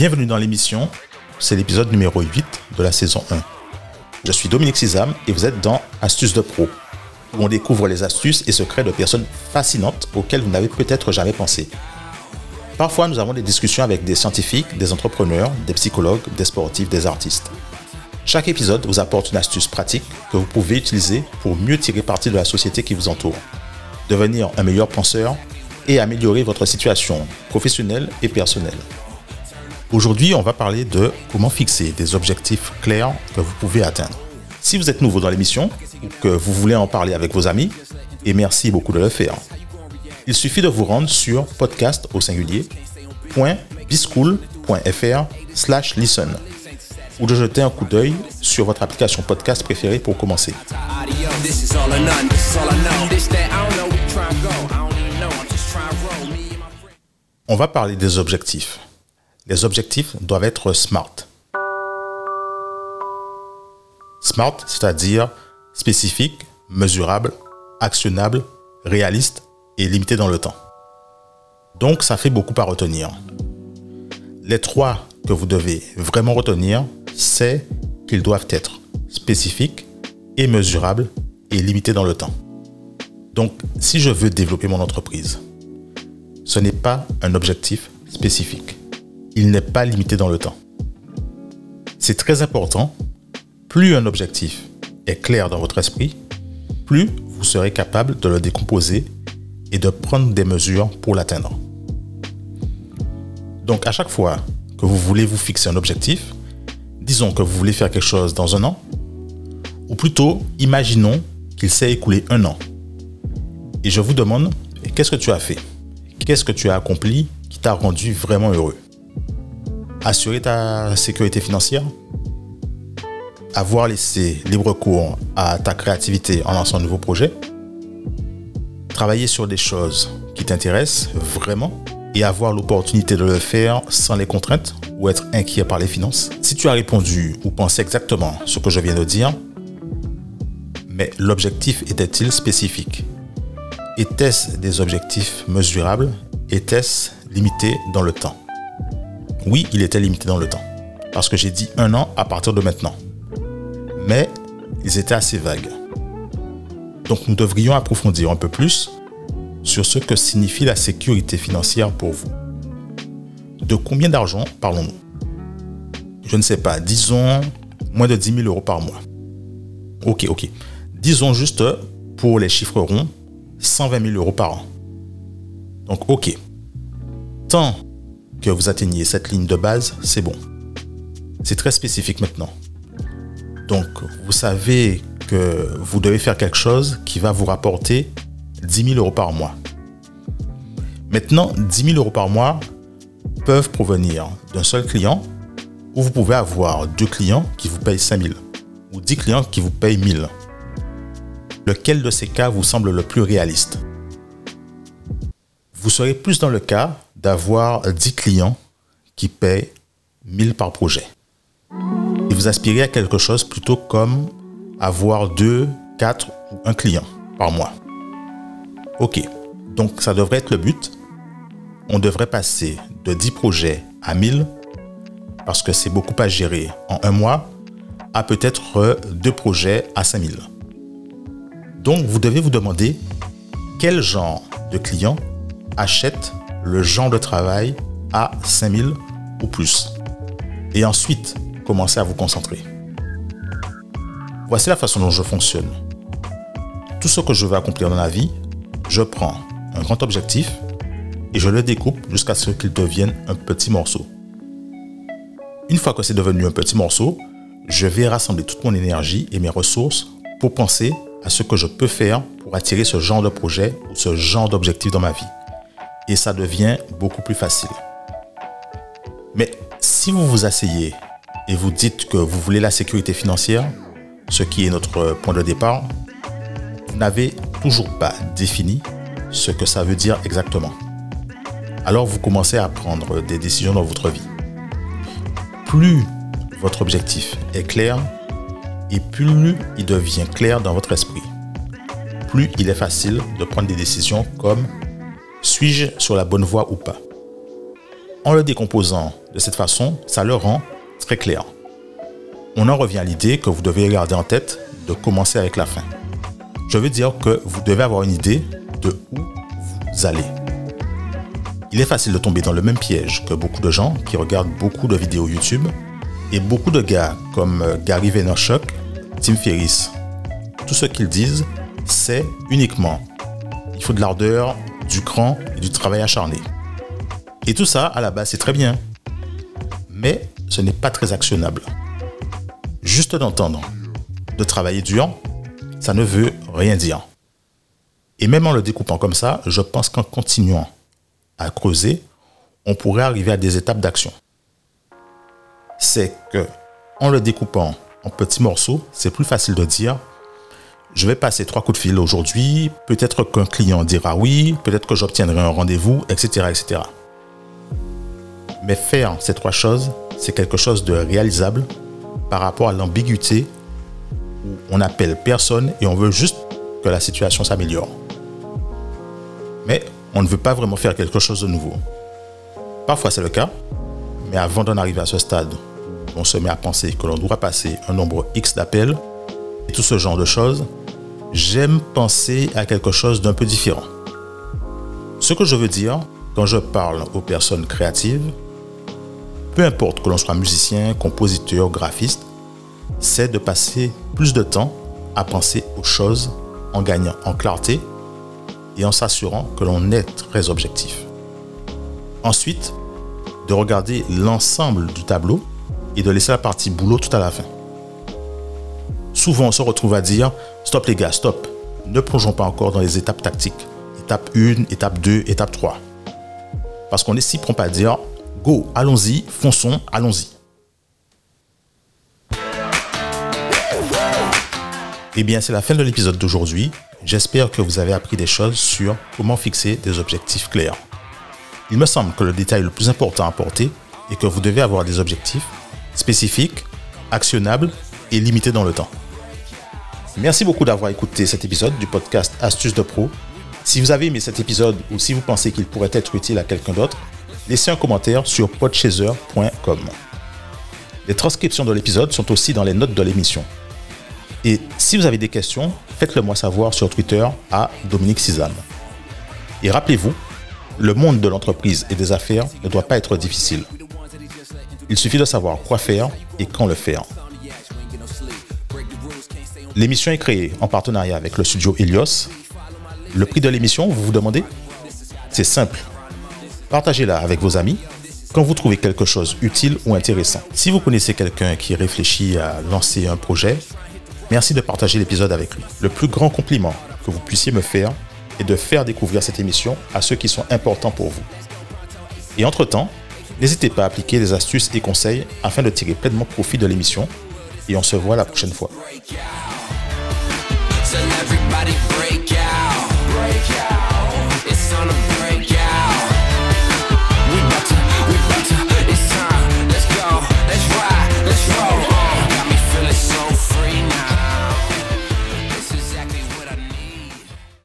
Bienvenue dans l'émission, c'est l'épisode numéro 8 de la saison 1. Je suis Dominique Sizam et vous êtes dans Astuces de Pro, où on découvre les astuces et secrets de personnes fascinantes auxquelles vous n'avez peut-être jamais pensé. Parfois, nous avons des discussions avec des scientifiques, des entrepreneurs, des psychologues, des sportifs, des artistes. Chaque épisode vous apporte une astuce pratique que vous pouvez utiliser pour mieux tirer parti de la société qui vous entoure, devenir un meilleur penseur et améliorer votre situation professionnelle et personnelle. Aujourd'hui, on va parler de comment fixer des objectifs clairs que vous pouvez atteindre. Si vous êtes nouveau dans l'émission ou que vous voulez en parler avec vos amis, et merci beaucoup de le faire, il suffit de vous rendre sur podcast au singulier.bischool.fr/listen ou de jeter un coup d'œil sur votre application podcast préférée pour commencer. On va parler des objectifs. Les objectifs doivent être SMART. SMART, c'est-à-dire spécifique, mesurable, actionnable, réaliste et limité dans le temps. Donc, ça fait beaucoup à retenir. Les trois que vous devez vraiment retenir, c'est qu'ils doivent être spécifiques et mesurables et limités dans le temps. Donc, si je veux développer mon entreprise, ce n'est pas un objectif spécifique. Il n'est pas limité dans le temps. C'est très important. Plus un objectif est clair dans votre esprit, plus vous serez capable de le décomposer et de prendre des mesures pour l'atteindre. Donc, à chaque fois que vous voulez vous fixer un objectif, disons que vous voulez faire quelque chose dans 1 an, ou plutôt, imaginons qu'il s'est écoulé 1 an. Et je vous demande, qu'est-ce que tu as fait? Qu'est-ce que tu as accompli qui t'a rendu vraiment heureux? Assurer ta sécurité financière? Avoir laissé libre cours à ta créativité en lançant un nouveau projet? Travailler sur des choses qui t'intéressent vraiment et avoir l'opportunité de le faire sans les contraintes ou être inquiet par les finances? Si tu as répondu ou pensé exactement ce que je viens de dire, mais l'objectif était-il spécifique? Était-ce des objectifs mesurables? Était-ce limité dans le temps? Oui, il était limité dans le temps, parce que j'ai dit 1 an à partir de maintenant. Mais ils étaient assez vagues. Donc nous devrions approfondir un peu plus sur ce que signifie la sécurité financière pour vous. De combien d'argent parlons-nous? Je ne sais pas, disons moins de 10 000 euros par mois. Ok. Disons juste, pour les chiffres ronds, 120 000 euros par an. Donc ok. Tant que vous atteignez cette ligne de base, c'est bon. C'est très spécifique maintenant. Donc, vous savez que vous devez faire quelque chose qui va vous rapporter 10 000 euros par mois. Maintenant, 10 000 euros par mois peuvent provenir d'un seul client ou vous pouvez avoir 2 clients qui vous payent 5 000 ou 10 clients qui vous payent 1 000. Lequel de ces cas vous semble le plus réaliste? Vous serez plus dans le cas d'avoir 10 clients qui payent 1 000 par projet. Et vous aspirez à quelque chose plutôt comme avoir 2, 4 ou 1 client par mois. Ok, donc ça devrait être le but. On devrait passer de 10 projets à 1 000 parce que c'est beaucoup à gérer en 1 mois à peut-être 2 projets à 5 000. Donc vous devez vous demander quel genre de client achète le genre de travail à 5 000 ou plus. Et ensuite, commencez à vous concentrer. Voici la façon dont je fonctionne. Tout ce que je veux accomplir dans la vie, je prends un grand objectif et je le découpe jusqu'à ce qu'il devienne un petit morceau. Une fois que c'est devenu un petit morceau, je vais rassembler toute mon énergie et mes ressources pour penser à ce que je peux faire pour attirer ce genre de projet ou ce genre d'objectif dans ma vie. Et ça devient beaucoup plus facile. Mais si vous vous asseyez et vous dites que vous voulez la sécurité financière, ce qui est notre point de départ, vous n'avez toujours pas défini ce que ça veut dire exactement. Alors vous commencez à prendre des décisions dans votre vie. Plus votre objectif est clair et plus il devient clair dans votre esprit, plus il est facile de prendre des décisions comme « suis-je sur la bonne voie ou pas ?» En le décomposant de cette façon, ça le rend très clair. On en revient à l'idée que vous devez garder en tête de commencer avec la fin. Je veux dire que vous devez avoir une idée de où vous allez. Il est facile de tomber dans le même piège que beaucoup de gens qui regardent beaucoup de vidéos YouTube et beaucoup de gars comme Gary Vaynerchuk, Tim Ferriss. Tout ce qu'ils disent, c'est uniquement il faut de l'ardeur, du cran et du travail acharné. Et tout ça, à la base, c'est très bien. Mais ce n'est pas très actionnable. Juste d'entendre, de travailler dur, ça ne veut rien dire. Et même en le découpant comme ça, je pense qu'en continuant à creuser, on pourrait arriver à des étapes d'action. C'est que, en le découpant en petits morceaux, c'est plus facile de dire je vais passer 3 coups de fil aujourd'hui, peut-être qu'un client dira oui, peut-être que j'obtiendrai un rendez-vous, etc., etc. Mais faire ces 3 choses, c'est quelque chose de réalisable par rapport à l'ambiguïté où on n'appelle personne et on veut juste que la situation s'améliore. Mais on ne veut pas vraiment faire quelque chose de nouveau. Parfois c'est le cas, mais avant d'en arriver à ce stade, on se met à penser que l'on doit passer un nombre X d'appels et tout ce genre de choses, j'aime penser à quelque chose d'un peu différent. Ce que je veux dire quand je parle aux personnes créatives, peu importe que l'on soit musicien, compositeur, graphiste, c'est de passer plus de temps à penser aux choses en gagnant en clarté et en s'assurant que l'on est très objectif. Ensuite, de regarder l'ensemble du tableau et de laisser la partie boulot tout à la fin. Souvent, on se retrouve à dire « Stop les gars, stop, ne plongeons pas encore dans les étapes tactiques. Étape 1, étape 2, étape 3. » Parce qu'on est si prompt à dire « Go, allons-y, fonçons, allons-y. » Eh bien, c'est la fin de l'épisode d'aujourd'hui. J'espère que vous avez appris des choses sur comment fixer des objectifs clairs. Il me semble que le détail le plus important à apporter est que vous devez avoir des objectifs spécifiques, actionnables et limités dans le temps. Merci beaucoup d'avoir écouté cet épisode du podcast Astuces de Pro. Si vous avez aimé cet épisode ou si vous pensez qu'il pourrait être utile à quelqu'un d'autre, laissez un commentaire sur podchaser.com. Les transcriptions de l'épisode sont aussi dans les notes de l'émission. Et si vous avez des questions, faites-le moi savoir sur Twitter à Dominique Sizane. Et rappelez-vous, le monde de l'entreprise et des affaires ne doit pas être difficile. Il suffit de savoir quoi faire et quand le faire. L'émission est créée en partenariat avec le studio Helios. Le prix de l'émission, vous vous demandez ? C'est simple. Partagez-la avec vos amis quand vous trouvez quelque chose utile ou intéressant. Si vous connaissez quelqu'un qui réfléchit à lancer un projet, merci de partager l'épisode avec lui. Le plus grand compliment que vous puissiez me faire est de faire découvrir cette émission à ceux qui sont importants pour vous. Et entre-temps, n'hésitez pas à appliquer des astuces et conseils afin de tirer pleinement profit de l'émission. Et on se voit la prochaine fois. Till everybody break out. It's on a breakout.